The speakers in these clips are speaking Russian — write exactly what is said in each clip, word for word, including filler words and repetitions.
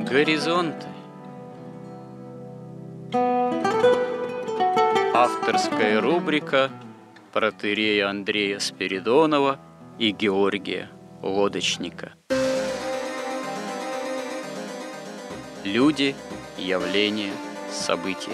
Горизонты. Авторская рубрика протоиерея Андрея Спиридонова и Георгия Лодочника. Люди, явления, события.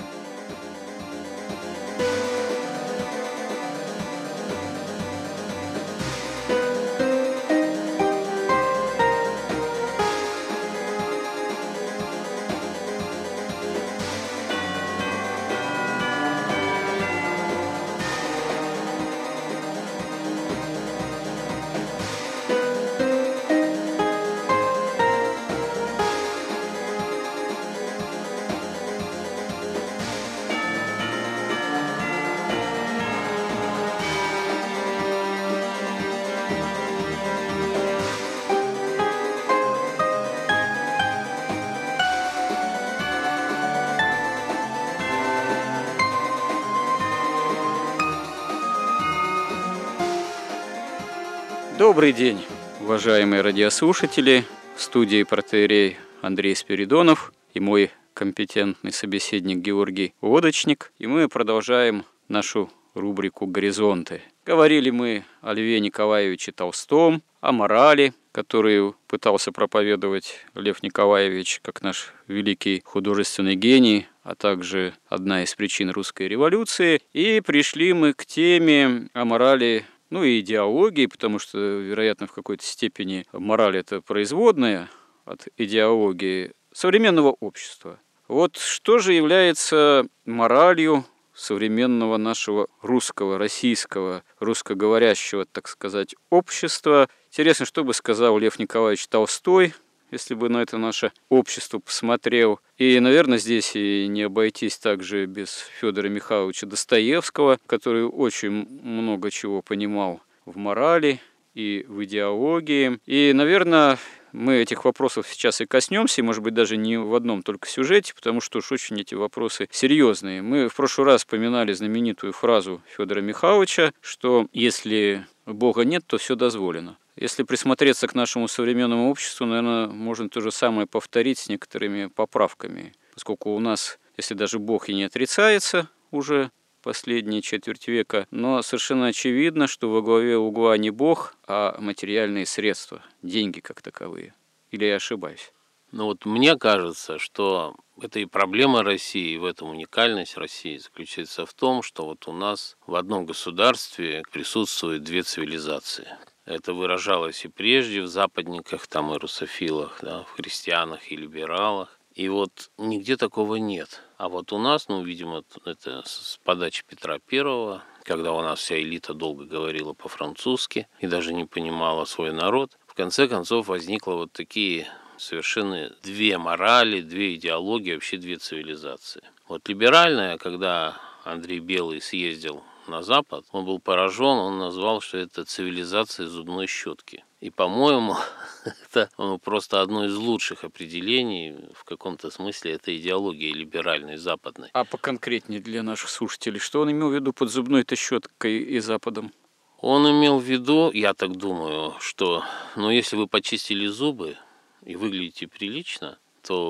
Добрый день, уважаемые радиослушатели. В студии протоиерей Андрей Спиридонов и мой компетентный собеседник Георгий Лодочник. И мы продолжаем нашу рубрику «Горизонты». Говорили мы о Льве Николаевиче Толстом, о морали, которую пытался проповедовать Лев Николаевич как наш великий художественный гений, а также одна из причин русской революции. И пришли мы к теме о морали, ну и идеологии, потому что, вероятно, в какой-то степени мораль – это производная от идеологии современного общества. Вот что же является моралью современного нашего русского, российского, русскоговорящего, так сказать, общества? Интересно, что бы сказал Лев Николаевич Толстой, если бы на это наше общество посмотрел. И, наверное, здесь и не обойтись также без Федора Михайловича Достоевского, который очень много чего понимал в морали и в идеологии. И, наверное, мы этих вопросов сейчас и коснемся, и, может быть, даже не в одном только сюжете, потому что уж очень эти вопросы серьезные. Мы в прошлый раз вспоминали знаменитую фразу Федора Михайловича, что если Бога нет, то все дозволено. Если присмотреться к нашему современному обществу, наверное, можно то же самое повторить с некоторыми поправками, поскольку у нас, если даже Бог и не отрицается уже последние четверть века, но совершенно очевидно, что во главе угла не Бог, а материальные средства, деньги как таковые. Или я ошибаюсь? Ну вот мне кажется, что это и проблема России, и в этом уникальность России заключается в том, что вот у нас в одном государстве присутствуют две цивилизации. Это выражалось и прежде в западниках, там и русофилах, да, в христианах и либералах. И вот нигде такого нет. А вот у нас, ну, видимо, это с подачи Петра Первого, когда у нас вся элита долго говорила по-французски и даже не понимала свой народ, в конце концов возникло вот такие совершенно две морали, две идеологии, вообще две цивилизации. Вот либеральная, когда Андрей Белый съездил на Запад, он был поражен, он назвал, что это цивилизация зубной щетки. И, по-моему, это ну, просто одно из лучших определений, в каком-то смысле, это идеология либеральной, западной. А поконкретнее для наших слушателей, что он имел в виду под зубной-то щеткой и Западом? Он имел в виду, я так думаю, что ну, если вы почистили зубы и выглядите прилично,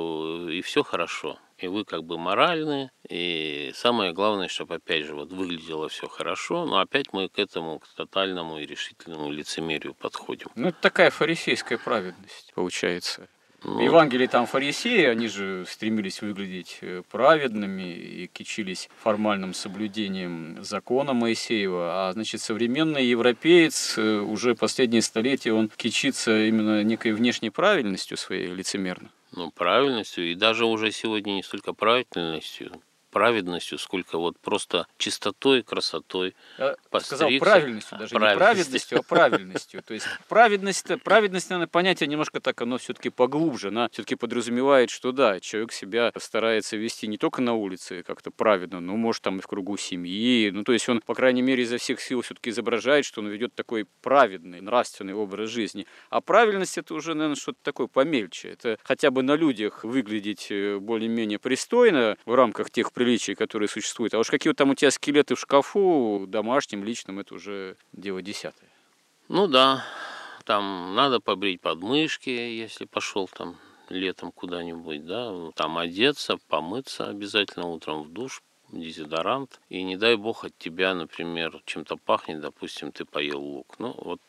то и все хорошо. И вы как бы моральны, и самое главное, чтобы опять же вот выглядело все хорошо, но опять мы к этому, к тотальному и решительному лицемерию подходим. Ну, это такая фарисейская праведность, получается. Ну, в Евангелии там фарисеи, они же стремились выглядеть праведными и кичились формальным соблюдением закона Моисеева, а, значит, современный европеец уже последние столетия, он кичится именно некой внешней правильностью своей лицемерно. Ну, правильностью, и даже уже сегодня не столько правильностью, праведностью, сколько вот просто чистотой, красотой. Я сказал правильностью, даже не праведностью, а правильностью. То есть праведность, праведность, наверное, понятие немножко так, оно все-таки поглубже. Она все-таки подразумевает, что да, человек себя старается вести не только на улице как-то праведно, но может там и в кругу семьи. Ну, то есть он, по крайней мере, изо всех сил все-таки изображает, что он ведет такой праведный, нравственный образ жизни. А правильность это уже, наверное, что-то такое помельче. Это хотя бы на людях выглядеть более-менее пристойно в рамках тех приличий, которые существуют. А уж какие там у тебя скелеты в шкафу, домашним, личным, это уже дело десятое. Ну да, там надо побрить подмышки, если пошел там летом куда-нибудь, да, там одеться, помыться обязательно утром в душ, дезодорант, и не дай бог от тебя, например, чем-то пахнет, допустим, ты поел лук. Ну вот,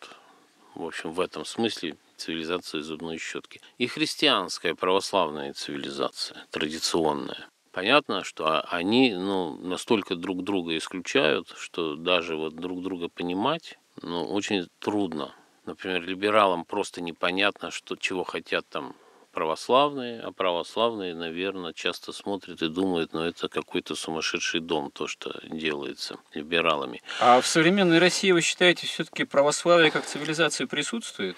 в общем, в этом смысле цивилизация зубной щетки. И христианская православная цивилизация, традиционная. Понятно, что они, ну, настолько друг друга исключают, что даже вот друг друга понимать, ну, очень трудно. Например, либералам просто непонятно, что, чего хотят там православные, а православные, наверное, часто смотрят и думают, ну, это какой-то сумасшедший дом, то, что делается либералами. А в современной России, вы считаете, все-таки православие как цивилизация присутствует?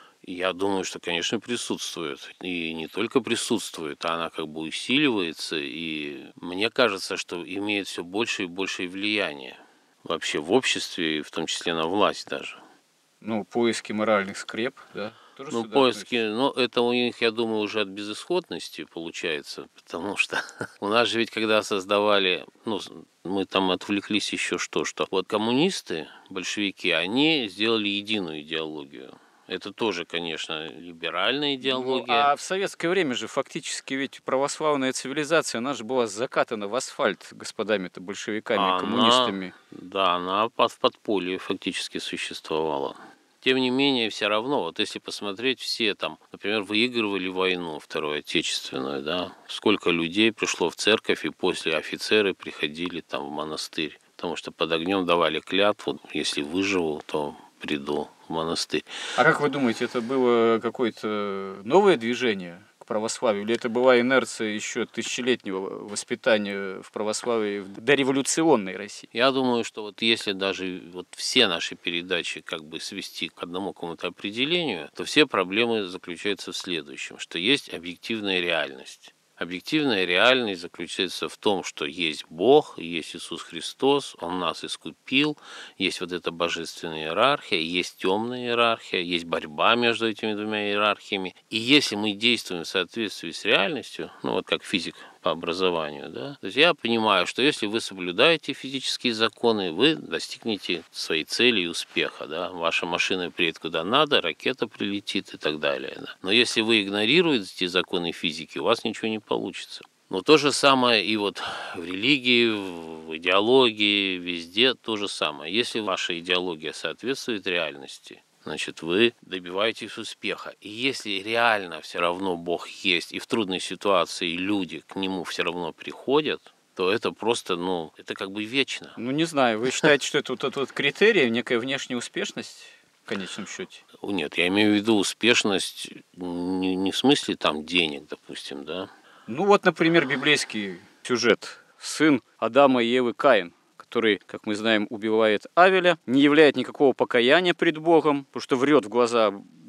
Я думаю, что, конечно, присутствует. И не только присутствует, а она как бы усиливается. И мне кажется, что имеет все больше и больше влияния вообще в обществе, и в том числе на власть даже. Ну, поиски моральных скреп, да? Тоже Ну, сюда поиски, относится? ну, это у них, я думаю, уже от безысходности получается, потому что у нас же ведь, когда создавали, ну, мы там отвлеклись еще что, что вот коммунисты, большевики, они сделали единую идеологию. Это тоже, конечно, либеральная Ну, идеология. а в советское время же фактически ведь православная цивилизация, она же была закатана в асфальт господами-то большевиками и А она, коммунистами. да, она под- в подполье фактически существовала. Тем не менее, все равно, вот если посмотреть, все там, например, выигрывали войну Вторую Отечественную, да, сколько людей пришло в церковь, и после офицеры приходили там в монастырь, потому что под огнем давали клятву, если выживу, то приду в монастырь. А как вы думаете, это было какое-то новое движение к православию? Или это была инерция еще тысячелетнего воспитания в православии в дореволюционной России? Я думаю, что вот если даже вот все наши передачи как бы свести к одному какому-то определению, то все проблемы заключаются в следующем, что есть объективная реальность. Объективная реальность заключается в том, что есть Бог, есть Иисус Христос, Он нас искупил, есть вот эта божественная иерархия, есть темная иерархия, есть борьба между этими двумя иерархиями. И если мы действуем в соответствии с реальностью, ну вот как физик по образованию, да, то есть я понимаю, что если вы соблюдаете физические законы, вы достигнете своей цели и успеха, да, ваша машина приедет куда надо, ракета прилетит и так далее, да. Но если вы игнорируете законы физики, у вас ничего не получится. Но то же самое и вот в религии, в идеологии, везде то же самое. Если ваша идеология соответствует реальности, значит, вы добиваетесь успеха. И если реально все равно Бог есть, и в трудной ситуации люди к Нему все равно приходят, то это просто, ну, это как бы вечно. Ну, не знаю, вы считаете, что это вот этот вот критерий, некая внешняя успешность в конечном счете? Нет, я имею в виду успешность не, не в смысле там денег, допустим, да. Ну вот, например, библейский сюжет. Сын Адама и Евы Каин, который, как мы знаем, убивает Авеля, не являет никакого покаяния пред Богом, потому что врет в глаза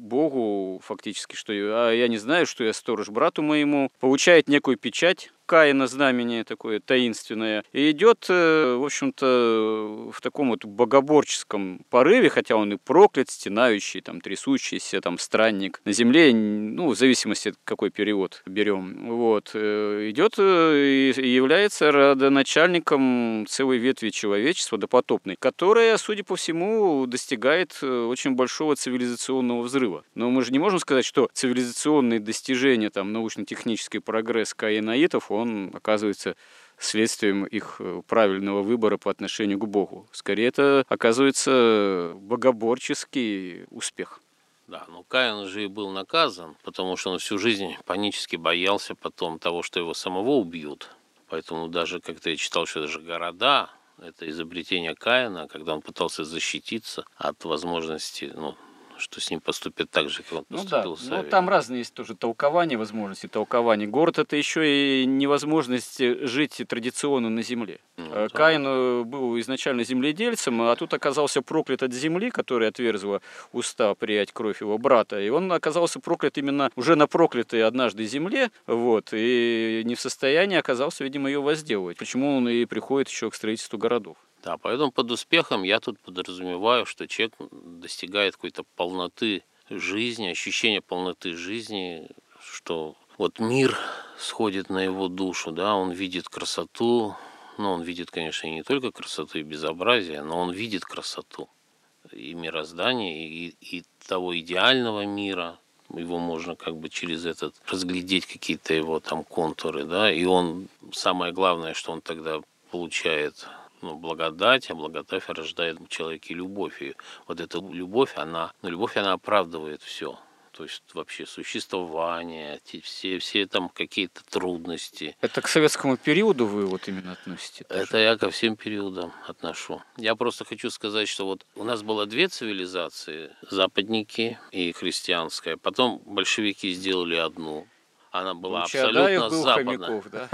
Богу фактически, что а я не знаю, что я сторож брату моему, получает некую печать Каина, знамение такое таинственное, и идет, в общем-то, в таком вот богоборческом порыве, хотя он и проклят, стенающий, там, трясущийся, там, странник на земле, ну, в зависимости от какой перевод берем, вот, идет и является родоначальником целой ветви человечества, допотопной, которая, судя по всему, достигает очень большого цивилизационного взрыва. Но мы же не можем сказать, что цивилизационные достижения, там, научно-технический прогресс каинаитов, он оказывается следствием их правильного выбора по отношению к Богу. Скорее, это оказывается богоборческий успех. Да, но Каин же и был наказан, потому что он всю жизнь панически боялся потом того, что его самого убьют. Поэтому даже как-то я читал, что даже города, это изобретение Каина, когда он пытался защититься от возможности, ну, что с ним поступят так же, как он Ну поступил да, с но Авелем. там разные есть тоже толкования, возможности толкования. Город — это еще и невозможность жить традиционно на земле. Ну, Э, да. Каин э, был изначально земледельцем, а тут оказался проклят от земли, которая отверзла уста приять кровь его брата. И он оказался проклят именно уже на проклятой однажды земле, вот, и не в состоянии оказался, видимо, ее возделывать. Почему он и приходит еще к строительству городов. Да, поэтому под успехом я тут подразумеваю, что человек достигает какой-то полноты жизни, ощущения полноты жизни, что вот мир сходит на его душу, да, он видит красоту, но он видит, конечно, и не только красоту и безобразие, но он видит красоту и мироздания, и, и того идеального мира, его можно как бы через этот разглядеть какие-то его там контуры, да, и он, самое главное, что он тогда получает, ну, благодать, а благодать рождает в человеке любовь, и вот эта любовь, она, ну, любовь, она оправдывает все. То есть вообще существование, все, все там какие-то трудности. Это к советскому периоду вы вот именно относите? Тоже? Это я ко всем периодам отношу. Я просто хочу сказать, что вот у нас было две цивилизации, западники и христианская. Потом большевики сделали одну. Она была Ну, абсолютно Чадаев был западная. Хомяков, да?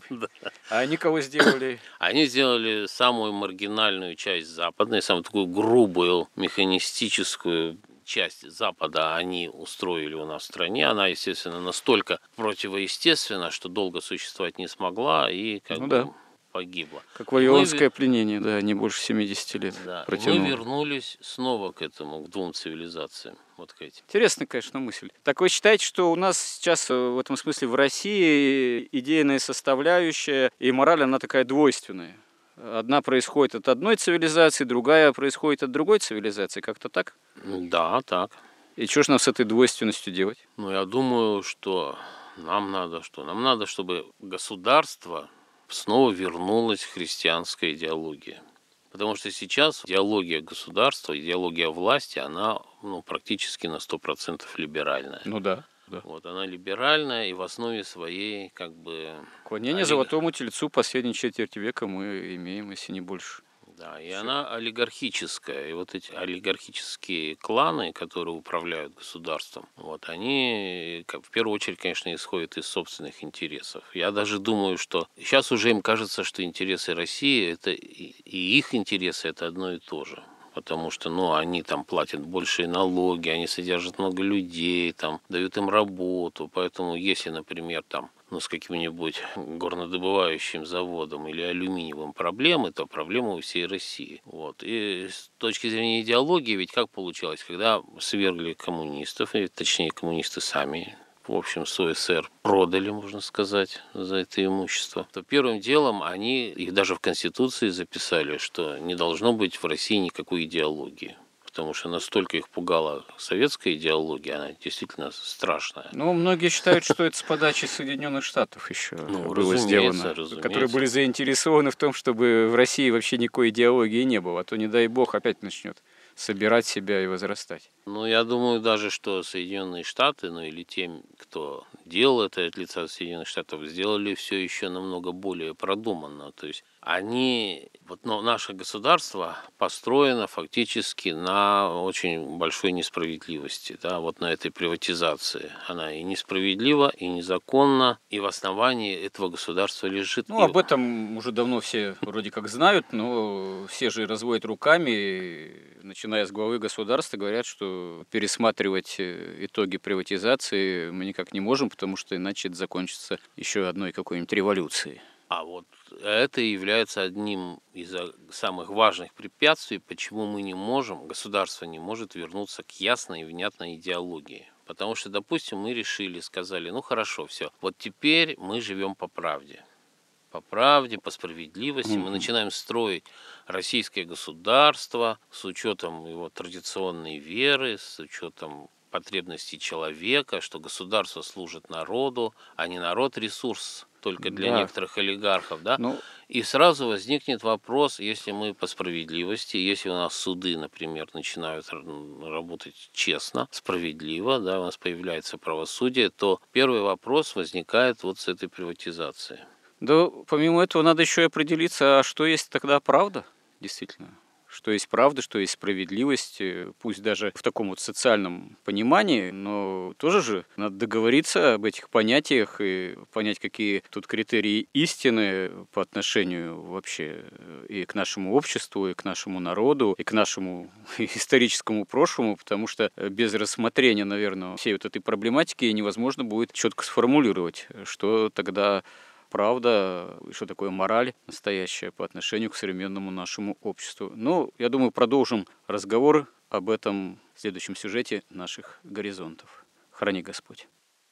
А они кого сделали? Они сделали самую маргинальную часть западной, самую такую грубую, механистическую часть Запада они устроили у нас в стране. Она, естественно, настолько противоестественна, что долго существовать не смогла и как ну, бы да. погибла. Как вавилонское пленение, да, не больше семидесяти лет да, протянуло. И мы вернулись снова к этому, к двум цивилизациям. Вот к этим. Интересная, конечно, мысль. Так вы считаете, что у нас сейчас в этом смысле в России идейная составляющая и мораль, она такая двойственная? Одна происходит от одной цивилизации, другая происходит от другой цивилизации. Как-то так? Да, так. И что ж нам с этой двойственностью делать? Ну, я думаю, что нам надо что? Нам надо, чтобы государство снова вернулась христианская идеология. Потому что сейчас идеология государства, идеология власти, она ну, практически на сто процентов либеральная. Ну да. Да. Вот, она либеральная и в основе своей как бы... Клонение олиг... золотому тельцу последней четверти века мы имеем, если не больше. Да, и Все. Она олигархическая. И вот эти олигархические кланы, которые управляют государством, вот, они как, в первую очередь, конечно, исходят из собственных интересов. Я даже думаю, что сейчас уже им кажется, что интересы России это, и, и их интересы это одно и то же. Потому что, ну, они там платят большие налоги, они содержат много людей, там, дают им работу. Поэтому, если, например, там, ну, с каким-нибудь горнодобывающим заводом или алюминиевым проблемы, то проблемы у всей России. Вот. И с точки зрения идеологии, ведь как получалось, когда свергли коммунистов, и, точнее, коммунисты сами, в общем, СССР продали, можно сказать, за это имущество, то первым делом они, их даже в Конституции записали, что не должно быть в России никакой идеологии. Потому что настолько их пугала советская идеология, она действительно страшная. Ну, многие считают, что это с подачи Соединенных Штатов еще ну, было сделано, разумеется. которые были заинтересованы в том, чтобы в России вообще никакой идеологии не было, а то, не дай бог, опять начнет собирать себя и возрастать. Ну, я думаю даже, что Соединенные Штаты, ну или те, кто делал это от лица Соединенных Штатов, сделали все еще намного более продуманно. То есть они, вот ну, наше государство построено фактически на очень большой несправедливости, да, вот на этой приватизации. Она и несправедлива, и незаконна, и в основании этого государства лежит. Ну, об этом уже давно все вроде как знают, но все же разводят руками, начиная с главы государства, говорят, что пересматривать итоги приватизации мы никак не можем, потому что иначе это закончится еще одной какой-нибудь революцией. А вот это является одним из самых важных препятствий, почему мы не можем, государство не может вернуться к ясной и внятной идеологии. Потому что, допустим, мы решили, сказали, ну хорошо, все, вот теперь мы живем по правде. По правде, по справедливости. Mm-hmm. Мы начинаем строить российское государство с учетом его традиционной веры, с учетом потребностей человека, что государство служит народу, а не народ ресурс только для да. некоторых олигархов, да? Ну, и сразу возникнет вопрос, если мы по справедливости, если у нас суды, например, начинают работать честно, справедливо, да, у нас появляется правосудие, то первый вопрос возникает вот с этой приватизацией. Да, помимо этого надо еще и определиться, а что есть тогда правда, действительно. Что есть правда, что есть справедливость, пусть даже в таком вот социальном понимании, но тоже же надо договориться об этих понятиях и понять, какие тут критерии истины по отношению вообще и к нашему обществу, и к нашему народу, и к нашему историческому прошлому, потому что без рассмотрения, наверное, всей вот этой проблематики невозможно будет четко сформулировать, что тогда правда, что такое мораль настоящая по отношению к современному нашему обществу. Ну, я думаю, продолжим разговор об этом в следующем сюжете наших горизонтов. Храни Господь.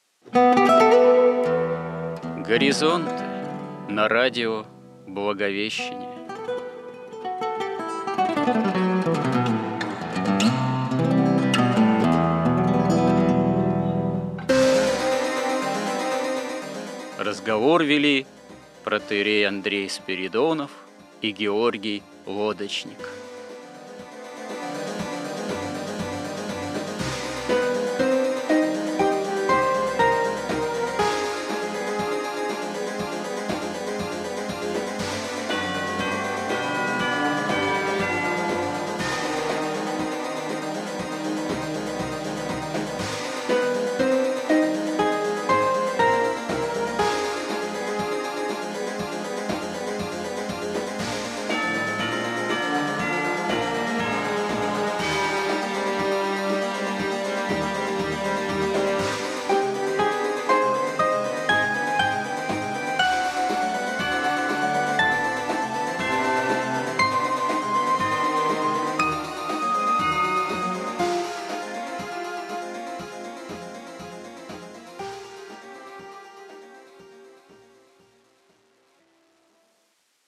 Горизонты на радио Благовещение. Разговор вели протоиерей Андрей Спиридонов и Георгий Лодочник.